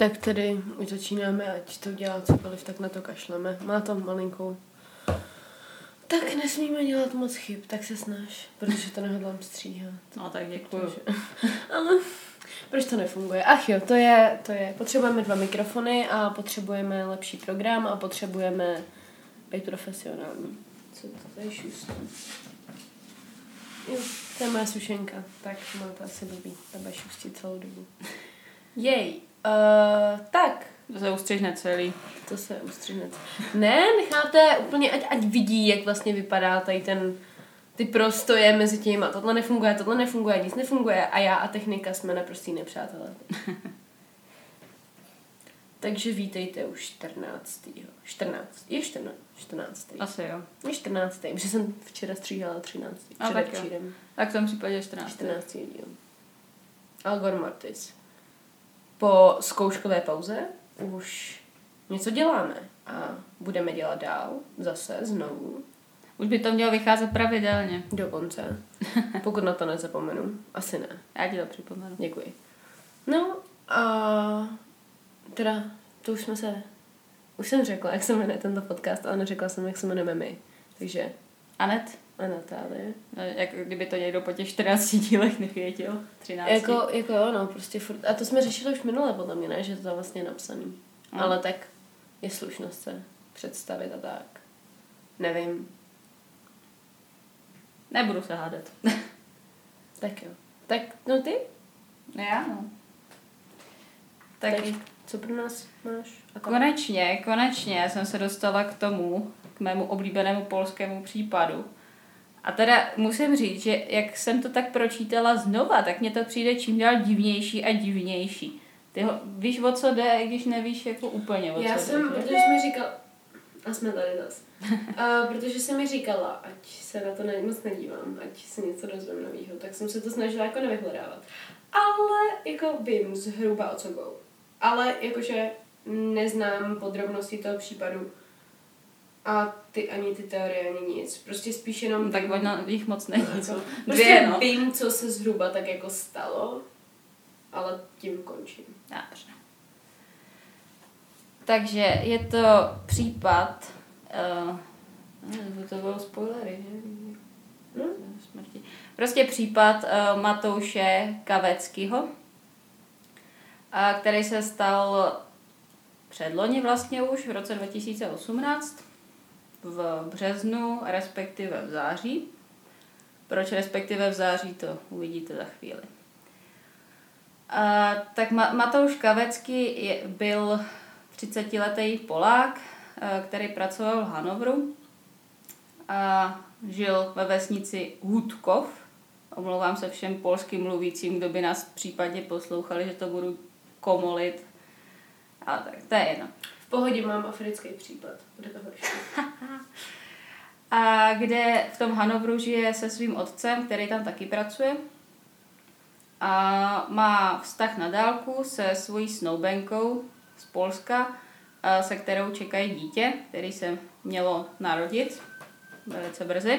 Tak tedy už začínáme, ať to dělá cokoliv, tak na to kašleme. Má tam malinkou. Tak nesmíme dělat moc chyb, tak se snaž, protože to nehodlám stříhat. No tak děkuju. Ale proč to nefunguje? Ach jo, to je. Potřebujeme 2 mikrofony a potřebujeme lepší program a potřebujeme být profesionální. Co to tady šustí? Jo, to je moje sušenka. Tak má to asi blbý. Ta bude šustit celou dobu. Jej. Tak. To se ustřihne celý. To se ustřihne. Ne, necháte úplně, ať vidí, jak vlastně vypadá tady ty prostoje mezi těma. Tohle nefunguje, nic nefunguje a já a technika jsme naprostý nepřátelé. Takže vítejte už 14. Je 14. Asi jo. Je 14. Protože jsem včera stříhala 13. Předevčírem. Tak v tom případě 14. 14. díl. Algor Mortis. Po zkouškové pauze už něco děláme a budeme dělat dál, zase, znovu. Už by to mělo vycházet pravidelně. Dokonce. Pokud na to nezapomenu. Asi ne. Já ti to připomenu. Děkuji. No a teda, to už jsem řekla, jak se jmenuje tento podcast, ale neřekla jsem, jak se jmenujeme my. Takže Anet? A Natálie. No, jak kdyby to někdo po těch 14 dílech nevěděl. 13. Jako jo, no, prostě furt. A to jsme řešili už minule, podle mě, ne? Že to tam vlastně je napsaný. Ale tak je slušnost se představit a tak. Nevím. Nebudu se hádat. Tak jo. Tak, no ty? Já, no. Tak co pro nás máš? Konečně jsem se dostala k mému oblíbenému polskému případu. A teda musím říct, že jak jsem to tak pročítala znova, tak mně to přijde čím dál divnější a divnější. Ty víš, o co jde, i když nevíš jako úplně o co jde. Protože jsi mi říkal, a jsme tady zase, protože jsi mi říkala, ať se na to moc nedívám, ať se něco dozvím novýho, tak jsem se to snažila jako nevyhledávat. Ale jako vím zhruba o co go. Ale jakože neznám podrobnosti toho případu a ani ty teorie, ani nic. Prostě spíš jenom... Tak jich moc není. Prostě vím, co se zhruba tak jako stalo, ale tím končím. Dobře. Takže je to případ... to bylo spoilery, že? Smrti. Prostě případ Matouše Kaveckého, který se stal předloni vlastně už v roce 2018 v březnu, respektive v září. Proč respektive v září, to uvidíte za chvíli. Tak Matouš Kavecký byl 30letý Polák, který pracoval v Hanovru a žil ve vesnici Hůdkov. Omlouvám se všem polským mluvícím, kdo by nás v případě poslouchali, že to budu komolit. Ale tak, to je jedno. V pohodě mám africký případ, bude to horší. A kde v tom Hanovru žije se svým otcem, který tam taky pracuje. A má vztah na dálku se svojí snoubenkou z Polska, se kterou čekají dítě, který se mělo narodit velice brzy.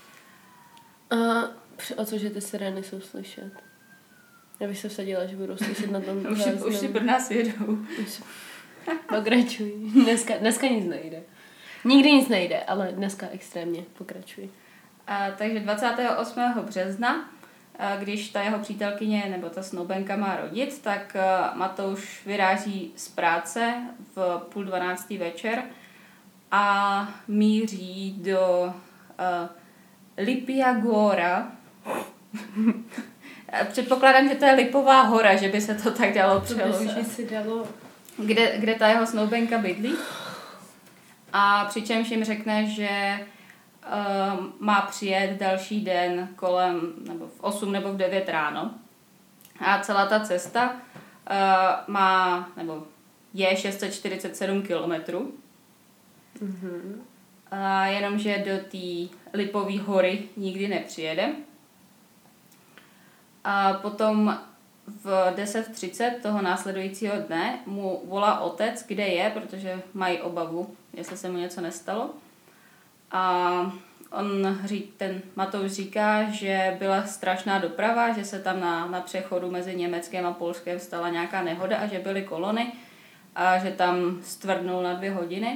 A cože ty sirény jsou slyšet? Já bych se vsadila, že budou slyšet na tom Už si pro nás jedou. Pokračuj. Dneska nic nejde. Nikdy nic nejde, ale dneska extrémně pokračuj. Takže 28. března, když ta jeho přítelkyně nebo ta snoubenka má rodit, tak Matouš vyráží z práce v 11:30 večer a míří do Lipia Góra. Předpokládám, že to je Lipová hora, že by se to tak dalo přeložit. Kde ta jeho snoubenka bydlí. A přičemž jim řekne, že má přijet další den nebo v 8 nebo v 9 ráno. A celá ta cesta je 647 kilometrů. Mm-hmm. Jenomže do té Lipové hory nikdy nepřijede. A potom v 10:30 toho následujícího dne mu volá otec, kde je, protože mají obavu, jestli se mu něco nestalo. A ten Matouš říká, že byla strašná doprava, že se tam na přechodu mezi Německem a Polskem stala nějaká nehoda a že byly kolony, a že tam stvrdnul na 2 hodiny.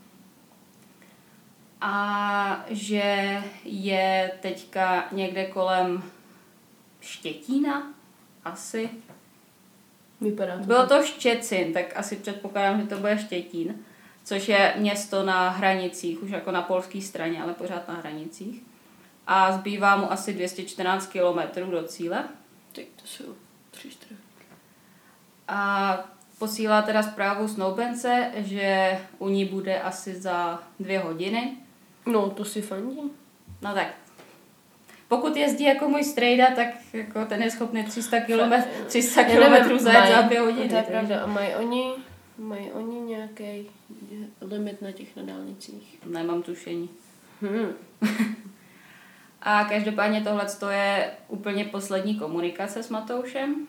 A že je teďka někde kolem Štětína, asi. Vypadá to. Bylo to Štěcin, tak asi předpokládám, že to bude Štětín, což je město na hranicích, už jako na polské straně, ale pořád na hranicích. A zbývá mu asi 214 kilometrů do cíle. Tak to jsou 3-4. A posílá teda zprávu snoubence, že u ní bude asi za 2 hodiny. No, to si fandí. No tak. Pokud jezdí jako můj strejda, tak jako ten je schopný 300 kilometrů zajet za 2 hodiny. To je pravda. A mají oni nějaký limit na těch na dálnicích? Nemám tušení. A každopádně tohle je úplně poslední komunikace s Matoušem.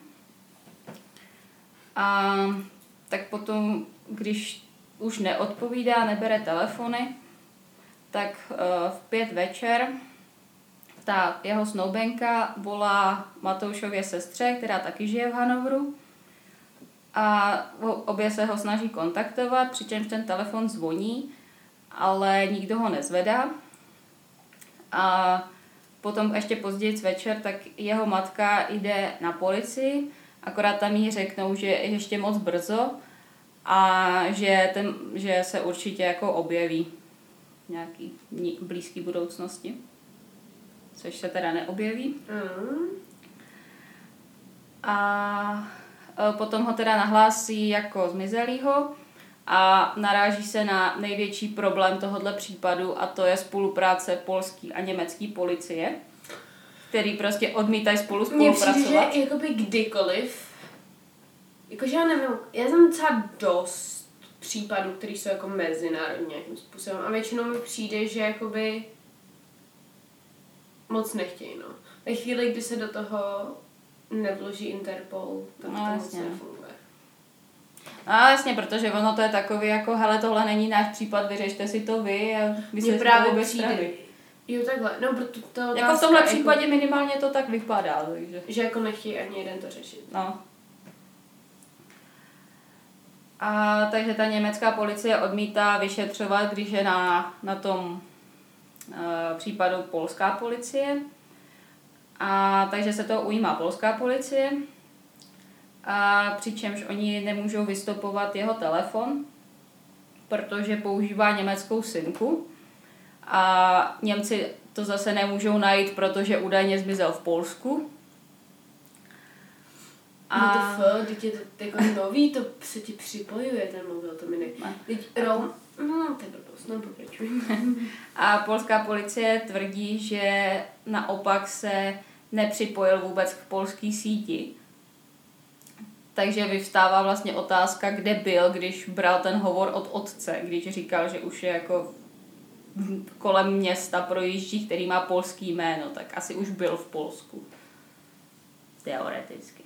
A tak potom, když už neodpovídá, nebere telefony, tak v 5 večer ta jeho snoubenka volá Matoušově sestře, která taky žije v Hanovru. A obě se ho snaží kontaktovat, přičemž ten telefon zvoní, ale nikdo ho nezvedá. A potom ještě později večer, tak jeho matka jde na policii, akorát tam jí řeknou, že je ještě moc brzo a že se určitě jako objeví v nějaký blízké budoucnosti. Což se teda neobjeví. A potom ho teda nahlásí jako zmizelýho a naráží se na největší problém tohoto případu a to je spolupráce polské a německé policie, který prostě odmítají spolu spolupracovat. Mně přijde, že jakoby kdykoliv, jakože já nevím, já jsem docela dost případů, které jsou jako mezinárodní nějakým způsobem a většinou mi přijde, že jakoby moc nechtějí, no. Ve chvíli, kdy se do toho nevloží Interpol, tak to moc nefunguje. No jasně, protože ono to je takový jako, hele, tohle není náš případ, vyřešte si to vy a vysvětlíte obě strany. Jo, takhle. No, proto to jako v tomhle případě minimálně to tak vypadá, takže. Že jako nechtějí ani jeden to řešit. No. A takže ta německá policie odmítá vyšetřovat, když je na tom případu polská policie. A takže se toho ujímá polská policie. A přičemž oni nemůžou vystopovat jeho telefon, protože používá německou simku. A Němci to zase nemůžou najít, protože údajně zmizel v Polsku. A teď je to jako nový, to se ti připojuje ten mobil, to mi A polská policie tvrdí, že naopak se nepřipojil vůbec k polské síti. Takže vyvstává vlastně otázka, kde byl, když bral ten hovor od otce, když říkal, že už je jako kolem města projíždí, který má polský jméno, tak asi už byl v Polsku. Teoreticky.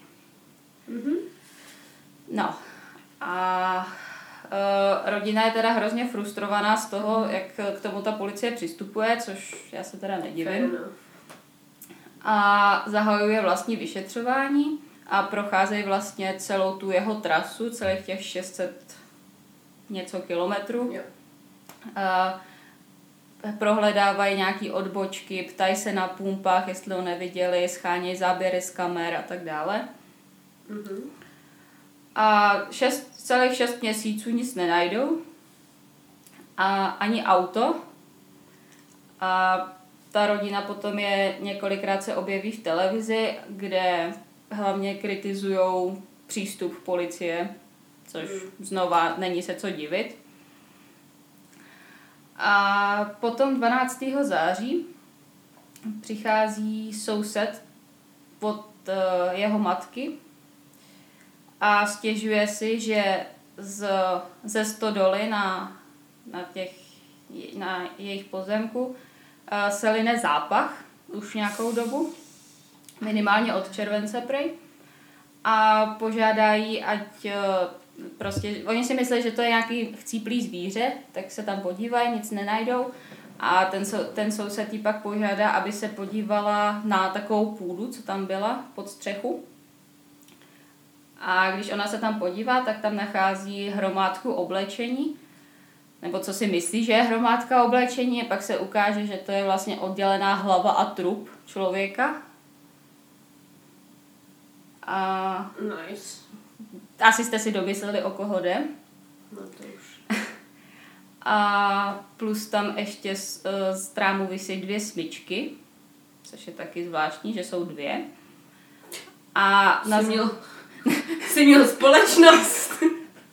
No a rodina je teda hrozně frustrovaná z toho, jak k tomu ta policie přistupuje, což já se teda nedivím. A zahajuje vlastní vyšetřování a procházejí vlastně celou tu jeho trasu, celých těch 600 něco kilometrů. Prohledávají nějaký odbočky, ptají se na pumpách, jestli ho neviděli, schánějí záběry z kamer a tak dále. A celých 6 měsíců nic nenajdou. A ani auto. A ta rodina potom je několikrát se objeví v televizi, kde hlavně kritizujou přístup policie, což znova není se co divit. A potom 12. září přichází soused od jeho matky a stěžuje si, že ze stodoly na jejich pozemku se line zápach už nějakou dobu, minimálně od července prej, a požádají, ať prostě, oni si myslí, že to je nějaký chcíplý zvíře, tak se tam podívají, nic nenajdou a ten soused jí pak požádá, aby se podívala na takovou půdu, co tam byla pod střechu. A když ona se tam podívá, tak tam nachází hromádku oblečení, nebo co si myslí, že je hromádka oblečení, a pak se ukáže, že to je vlastně oddělená hlava a trup člověka. A Nice. asi jste si domysleli, o koho jde. No to už. A plus tam ještě z trámu visí 2 smyčky, což je taky zvláštní, že jsou 2. A Jsi měl společnost.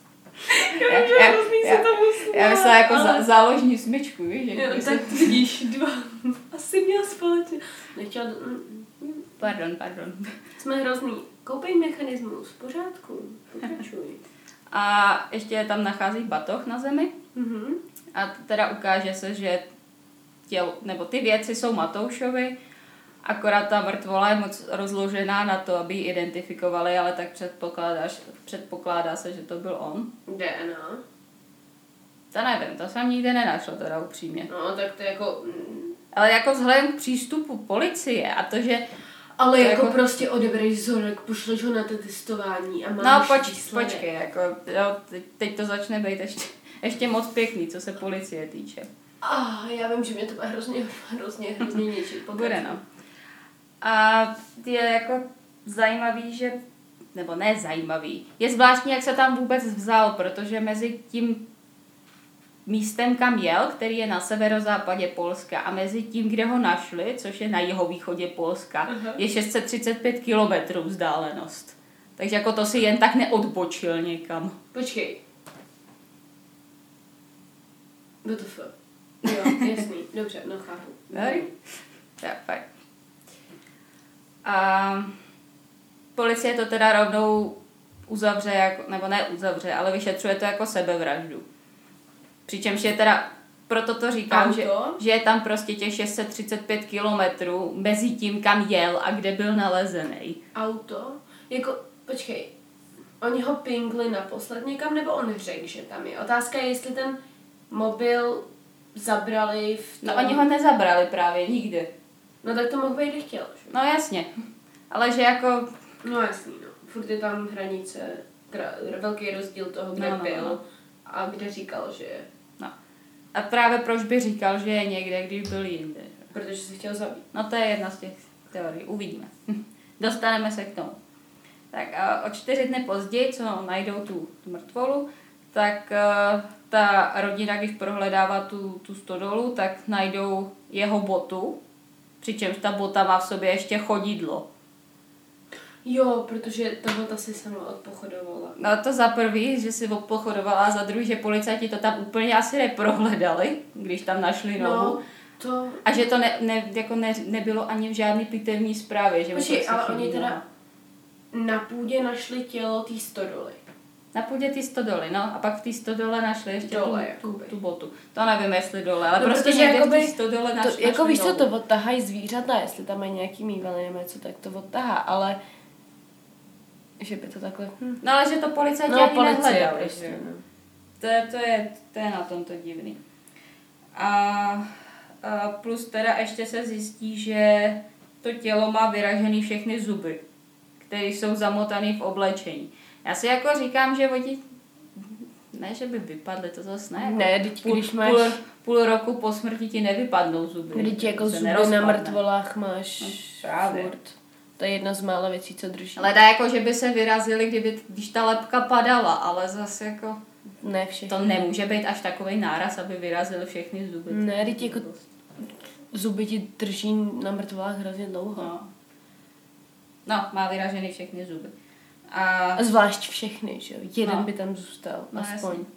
Já myslela jako záložní smyčku, víš? Jo, tak vidíš, 2. Asi měl společnost. Nechtěla... Pardon. Jsme hrozný. Koupej mechanismus, v pořádku. Pokračuj. A ještě tam nachází batoh na zemi. Mhm. A teda ukáže se, že nebo ty věci jsou Matoušovi, akorát ta mrtvola je moc rozložená na to, aby ji identifikovali, ale tak předpokládá se, že to byl on. DNA? To nevím, to jsem nikdy nenašla teda upřímně. No, tak to jako... Ale jako vzhledem k přístupu policie a to, že... Ale jako prostě odebereš vzorek, pošleš ho na to testování a máš počkej, jako, jo, teď to začne být ještě moc pěkný, co se policie týče. Já vím, že mě to bude hrozně něčí. Bude, no. A je jako zajímavý, že... Nebo ne zajímavý. Je zvláštní, jak se tam vůbec vzal, protože mezi tím místem, kam jel, který je na severozápadě Polska, a mezi tím, kde ho našli, což je na jihovýchodě Polska, je 635 kilometrů vzdálenost. Takže jako to si jen tak neodbočil někam. Počkej. WTF. Jo, jasný. Dobře, no chápu. Tak, fajn. A policie to teda rovnou uzavře, jako, nebo ne uzavře, ale vyšetřuje to jako sebevraždu. Přičemž je teda, proto to říkám, že je tam prostě těch 635 kilometrů mezi tím, kam jel a kde byl nalezený. Auto? Jako, počkej, oni ho pingli naposled někam, nebo on řekl, že tam je? Otázka je, jestli ten mobil zabrali v tom... No oni ho nezabrali právě nikdy. No tak to mohl být, kdy chtěl, že? No jasně, ale že jako... No jasný, no. Furt je tam hranice, velký rozdíl toho, kde byl a kde říkal, že je. No. A právě proč by říkal, že je někde, když byl jinde? Protože se chtěl zabít. No to je jedna z těch teorií, uvidíme. Dostaneme se k tomu. Tak a o 4 dny později, co najdou tu mrtvolu, tak ta rodina, když prohledává tu stodolu, tak najdou jeho botu, přičemž ta bota má v sobě ještě chodidlo. Jo, protože ta bota si sama odpochodovala. No to za prvý, že si odpochodovala, a za druhý, že policajti to tam úplně asi neprohledali, když tam našli nohu. No, to... A že to nebylo ani v žádný pitevní zprávě. Že počkej, ale oni teda na půdě našli tělo té stodoly. Na půdě ty stodoly, no. A pak v té stodole našli ještě dole, tu botu. To nevím, jestli dole, ale no, prostě někde v té stodole našli jako víš co, to odtahají zvířata, jestli tam mají nějaký mývaly nebo něco, tak to odtahá, ale že by to takhle... No ale že to policajti ani nehledali. Prostě, no. To je na tom to divný. A plus teda ještě se zjistí, že to tělo má vyražený všechny zuby, které jsou zamotané v oblečení. Já si jako říkám, že oni, ne, že by vypadly, to zase ne. Ne, když máš... Půl roku po smrti ti nevypadnou zuby. Když jako zuby na mrtvolách máš furt. To je jedna z mála věcí, co drží. Ale dá jako, že by se vyrazili, když ta lebka padala, ale zase jako... Ne všechny. To nemůže být až takovej náraz, aby vyrazili všechny zuby. Ne, když jako zuby ti drží na mrtvolách hrozně dlouho. No, má vyražený všechny zuby. A zvlášť všechny, že jo? Jeden by tam zůstal, aspoň. Jasný.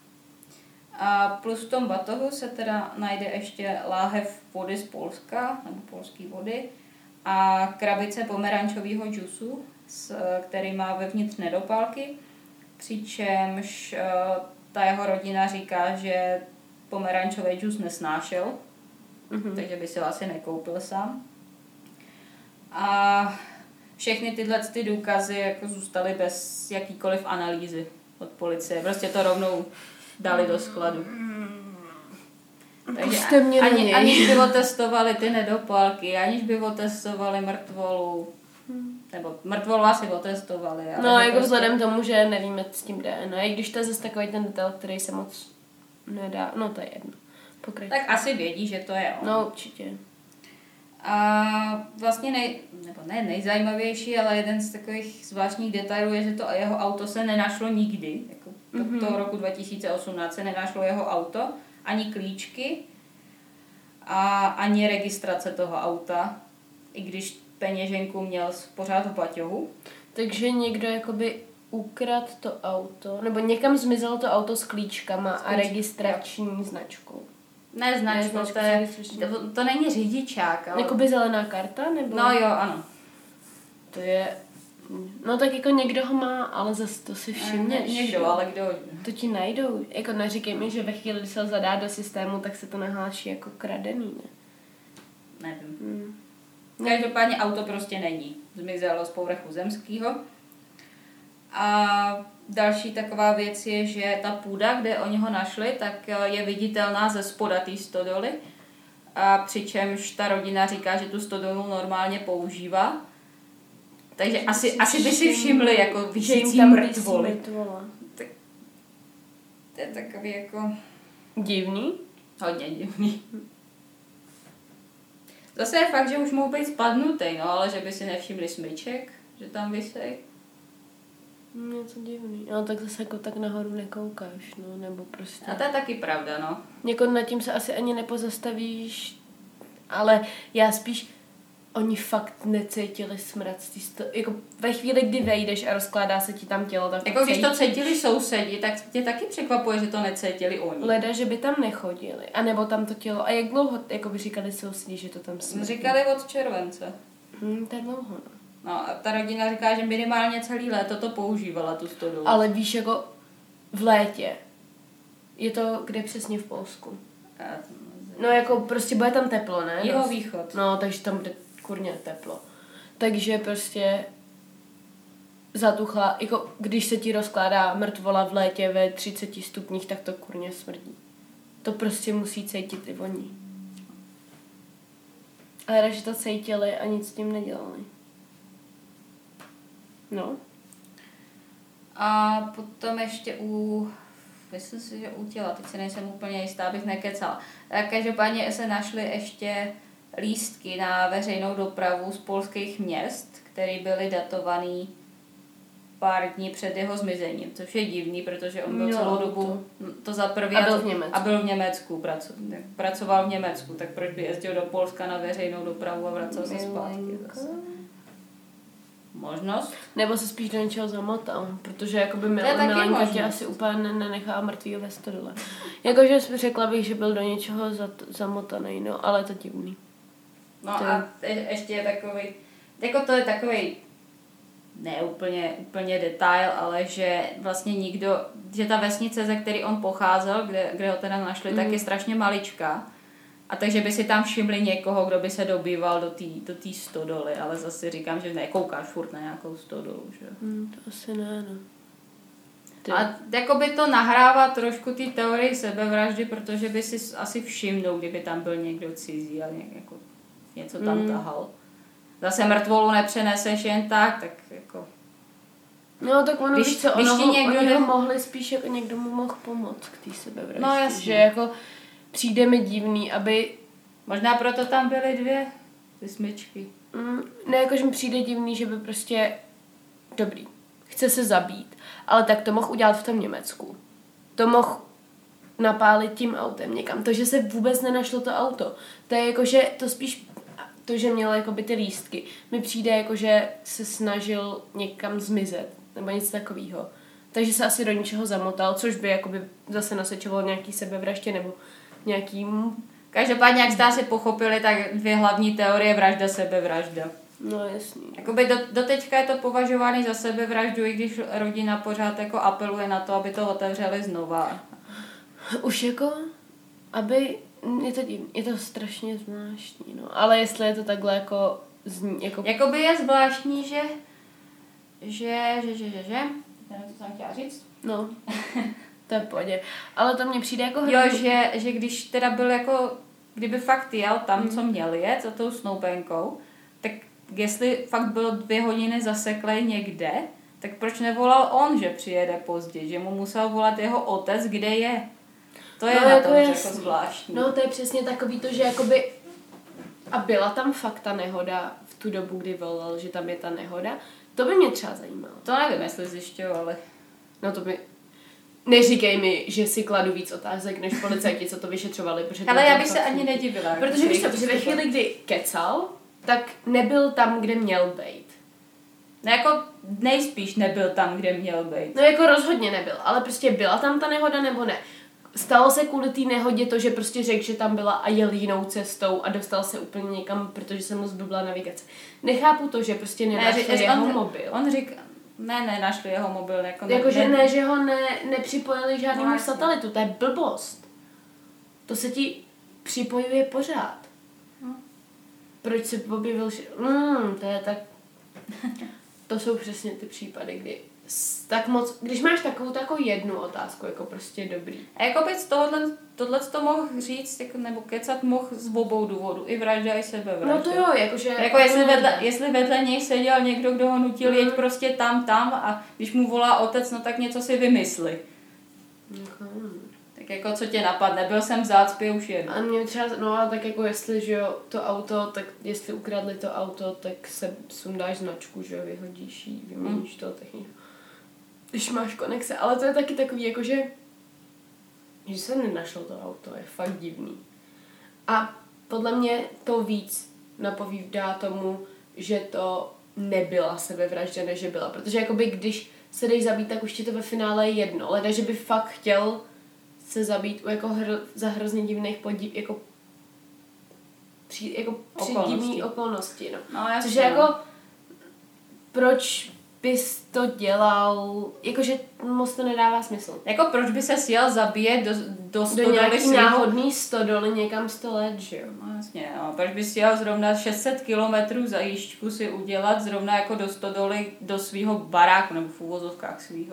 A plus v tom batohu se teda najde ještě láhev vody z Polska, nebo polský vody, a krabice pomerančového džusu, který má vevnitř nedopálky, přičemž ta jeho rodina říká, že pomerančový džus nesnášel, takže by si ho asi nekoupil sám. A všechny tyhle ty důkazy jako zůstaly bez jakýkoliv analýzy od policie. Prostě to rovnou dali do skladu. Takže aniž by otestovali ty nedopálky, aniž by otestovali mrtvolu. nebo mrtvolu asi otestovali. Ale no, jako prostě... vzhledem tomu, že nevíme, s tím DNA. I když to je zase takový ten detail, který se moc nedá, no to je jedno. Pokračuj. Tak asi vědí, že to je on. No, určitě. A vlastně nejzajímavější, ale jeden z takových zvláštních detailů je, že to jeho auto se nenašlo nikdy. Jako do toho roku 2018 se nenašlo jeho auto, ani klíčky a ani registrace toho auta, i když peněženku měl pořád v baťohu. Takže někdo jakoby ukradl to auto, nebo někam zmizelo to auto s klíčkama a registrační značkou. Ne značku, to není řidičák, ale... Jakoby zelená karta, nebo? No jo, ano. To je... No tak jako někdo ho má, ale zase to si všimneš. Někdo, ale kdo? To ti najdou. Jako neříkej mi, že ve chvíli, kdy se ho zadá do systému, tak se to nahláší jako kradený, ne? Nevím. Každopádně auto prostě není. Zmizelo z povrchu zemského. A další taková věc je, že ta půda, kde oni ho našli, tak je viditelná ze spoda té stodoly. A přičemž ta rodina říká, že tu stodolu normálně používá. Takže asi by si všimli jako visící mrtvoly. Tak, to je takový jako... Divný? Hodně divný. Zase je fakt, že už mohou být spadnutý, no, ale že by si nevšimli smyček, že tam visej. Něco divný. No tak zase jako tak nahoru nekoukáš, no, nebo prostě... A to je taky pravda, no. Jako nad tím se asi ani nepozastavíš, ale já spíš... Oni fakt necítili smrad. Jako ve chvíli, kdy vejdeš a rozkládá se ti tam tělo, tak jako když to cítili sousedi, tak tě taky překvapuje, že to necítili oni. Leda, že by tam nechodili. A nebo tam to tělo. A jak dlouho, jako by říkali sousedi, že to tam smrdí? Říkali od července. To je dlouho, no. No a ta rodina říká, že minimálně celý léto to používala, tu stodolu. Ale víš, jako v létě. Je to kde přesně v Polsku? No jako prostě bude tam teplo, ne? Jihovýchod. No, takže tam bude kurně teplo. Takže prostě zatuchla, jako když se ti rozkládá mrtvola v létě ve 30 stupních, tak to kurně smrdí. To prostě musí cítit i oni. Ale že to cítili a nic s tím nedělali. No. A potom ještě myslím si, že u těla, teď si nejsem úplně jistá, abych nekecala. Každopádně se našly ještě lístky na veřejnou dopravu z polských měst, které byly datovaný pár dní před jeho zmizením, což je divný, protože on byl celou dobu to za prvý a byl v Německu, pracoval v Německu, tak proč by jezdil do Polska na veřejnou dopravu a vracel se zpátky zase. Možnost. Nebo se spíš do něčeho zamotal, protože jakoby Milenka tě asi úplně nenechá mrtvýho ve stodole. Jakože řekla bych, že byl do něčeho zamotaný, no, ale to divný. No a ještě je takový, jako to je takový ne úplně detail, ale že vlastně nikdo, že ta vesnice, ze které on pocházel, kde ho teda našli, tak je strašně maličká. A takže by si tam všimli někoho, kdo by se dobýval do té stodoly, ale zase říkám, že nekoukáš furt na nějakou stodolu, že? To asi ne, no. A jakoby to nahrává trošku ty teorii sebevraždy, protože by si asi všimnul, kdyby tam byl někdo cizí a jako něco tam tahal. Zase mrtvolu nepřeneseš jen tak jako... No tak ono, oni ho mohli spíš, jako někdo mu mohl pomoct k té sebevraždě. No jasně. Že jako přijde mi divný, aby... Možná proto tam byly ty smyčky. Ne, jakože mi přijde divný, že by prostě... Dobrý, chce se zabít, ale tak to mohl udělat v tom Německu. To mohl napálit tím autem někam. To, že se vůbec nenašlo to auto, to je jakože to spíš... To, že měl jakoby ty lístky, mi přijde jako, že se snažil někam zmizet, nebo něco takového. Takže se asi do něčeho zamotal, což by jakoby zase nasvědčovalo nějaký sebevraždě nebo nějakým... Každopádně, jak jste asi pochopili, tak 2 hlavní teorie vražda, sebevražda. No jasný. Jakoby doteďka je to považovaný za sebevraždu, i když rodina pořád jako apeluje na to, aby to otevřeli znova. Už jako, aby... Je to strašně zvláštní, no. Ale jestli je to takhle jako... Jakoby je zvláštní, že... Co jsem chtěla říct? No, to je v pohodě. Ale to mně přijde jako... Jo, že když teda byl jako... Kdyby fakt jel tam, co měl jet, za tou snoubenkou, tak jestli fakt bylo 2 hodiny zaseklej někde, tak proč nevolal on, že přijede pozdě, že mu musel volat jeho otec, kde je. To je na tom jako zvláštní. No to je přesně takový to, že jakoby a byla tam fakt ta nehoda v tu dobu, kdy volal, že tam je ta nehoda. To by mě třeba zajímalo. To nevím, jestli zjišťovali. No to by... Neříkej mi, že si kladu víc otázek než policajti, co to vyšetřovali. Ale já bych se ani nedivila. Protože víš co, že ve chvíli, kdy kecal, tak nebyl tam, kde měl být. No jako nejspíš nebyl tam, kde měl být. No jako rozhodně nebyl, ale prostě byla tam ta nehoda nebo ne. Stalo se kvůli té nehodě to, že prostě řekl, že tam byla a jel jinou cestou a dostal se úplně někam, protože se mu zblbla navigace. Nechápu to, že prostě nenašli jeho mobil. On říká, ne, našli jeho mobil. Že ho nepřipojili žádnému satelitu, to je blbost. To se ti připojuje pořád. Proč se objevil, to je tak... To jsou přesně ty případy, kdy tak moc, když máš takovou jednu otázku, jako prostě dobrý. A jako bys tohle to mohl říct, jako, nebo kecat mohl z obou důvodů, i vražda, i sebevražda. No to jo, jakože... Jako jestli vedle něj seděl někdo, kdo ho nutil jeď prostě tam a když mu volá otec, no tak něco si vymysli. Tak jako co tě napadne, byl jsem v zácpě, už jedu. A mě třeba, no ale tak jako jestli, že jo, to auto, tak jestli ukradli to auto, tak se sundáš značku, že jo, vyhodíš jí, vyměníš to techniku. Když máš konexe, ale to je taky takový, jakože, že se nenašlo to auto, je fakt divný. A podle mě to víc napovídá tomu, že to nebyla sebevražda, než že byla. Protože jakoby když se jdeš zabít, tak už ti to ve finále je jedno. Leda, že by fakt chtěl se zabít jako za hrozně divných divný okolnosti. No. Což je jako, proč bys to dělal, jakože moc to nedává smysl. Jako proč by se sjel zabíjet do nějaký náhodný stodoly někam 100 let, že jo? No jasně, no. Proč by si jel zrovna 600 kilometrů za jížďku si udělat zrovna jako do stodoly, do svýho baráku, nebo v úvozovkách svýho.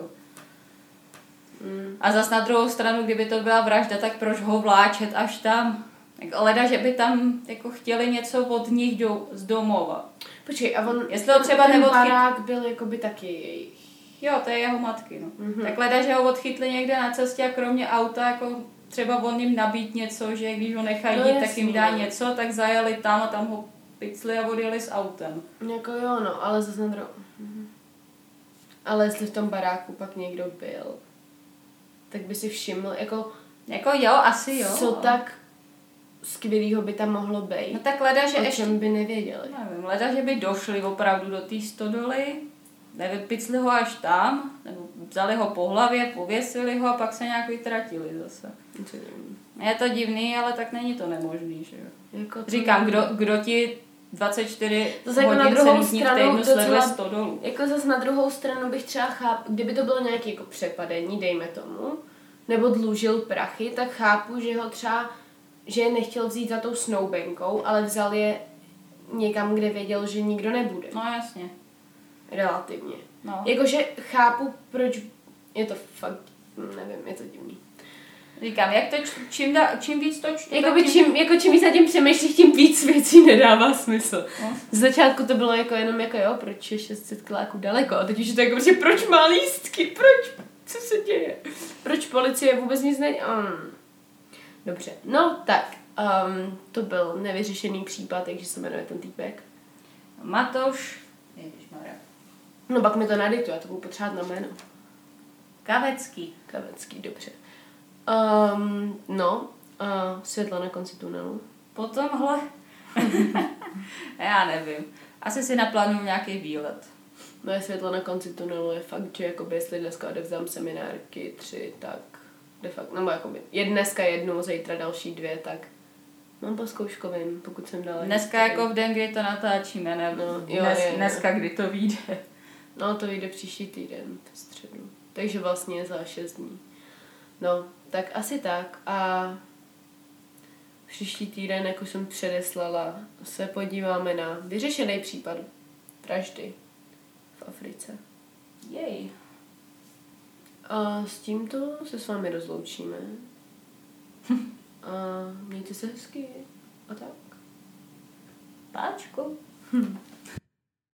A zas na druhou stranu, kdyby to byla vražda, tak proč ho vláčet až tam? Leda, že by tam jako chtěli něco od nich z domova. Počkej, a on, jestli ho třeba ten barák byl jakoby taky jejich. Jo, to je jeho matky, no. Tak leda, že ho odchytli někde na cestě a kromě auta, jako třeba on jim nabít něco, že když ho nechají jít, tak jim dá něco, tak zajeli tam a tam ho picli a odjeli s autem. Jako jo, no, ale zase na druhou. Ale jestli v tom baráku pak někdo byl, tak by si všiml, jako jo, asi jo. Co tak skvělýho by tam mohlo být. No tak leda, že o čem by nevěděli. Nevím, leda, že by došli opravdu do té stodoly, nevypicli ho až tam, nebo vzali ho po hlavě, pověsili ho a pak se nějak vytratili zase. Je to divný, ale tak není to nemožný, že jo. Jako říkám, kdo ti 24 hodin 7 dní v týdnu sleduje stodolu. Jako zase na druhou stranu bych třeba kdyby to bylo nějaké jako přepadení, dejme tomu, nebo dlužil prachy, tak chápu, že ho třeba že je nechtěl vzít za tou snoubenkou, ale vzal je někam, kde věděl, že nikdo nebude. No jasně. Relativně. No. Jakože chápu, proč je to fakt, nevím, je to divný. Říkám, jak to čím víc to čtu, čím víc nad tím přemýšlíš, tím víc věcí nedává smysl. No. Z začátku to bylo jako jenom jako jo, proč je 600 kiláků daleko, a teď už je to jako prostě proč má lístky, proč, co se děje, proč policie vůbec nic neděje. Dobře, no tak, to byl nevyřešený případ, takže se jmenuje ten týpek. Matoš, ježišmarja. No pak mi to nadiktuje, já to budu potřebovat na jméno. Kavecký, dobře. Světlo na konci tunelu. Po tomhle, já nevím, asi si naplánuju nějaký výlet. Moje světlo na konci tunelu je fakt, že jakoby, jestli dneska odevzdám seminárky 3, tak de facto, nebo jakoby, je dneska 1, zítra další 2, tak mám po zkouškovým, pokud jsem dala. Dneska jako v den, kdy to natáčíme, ne? Dneska, kdy to vyjde. No, to vyjde příští týden, v středu. Takže vlastně za 6 dní. No, tak asi tak. A příští týden, jako jsem předeslala, se podíváme na vyřešený případ vraždy v Africe. Jej. A s tímto se s vámi rozloučíme. A mějte se hezky. A tak. Páčku.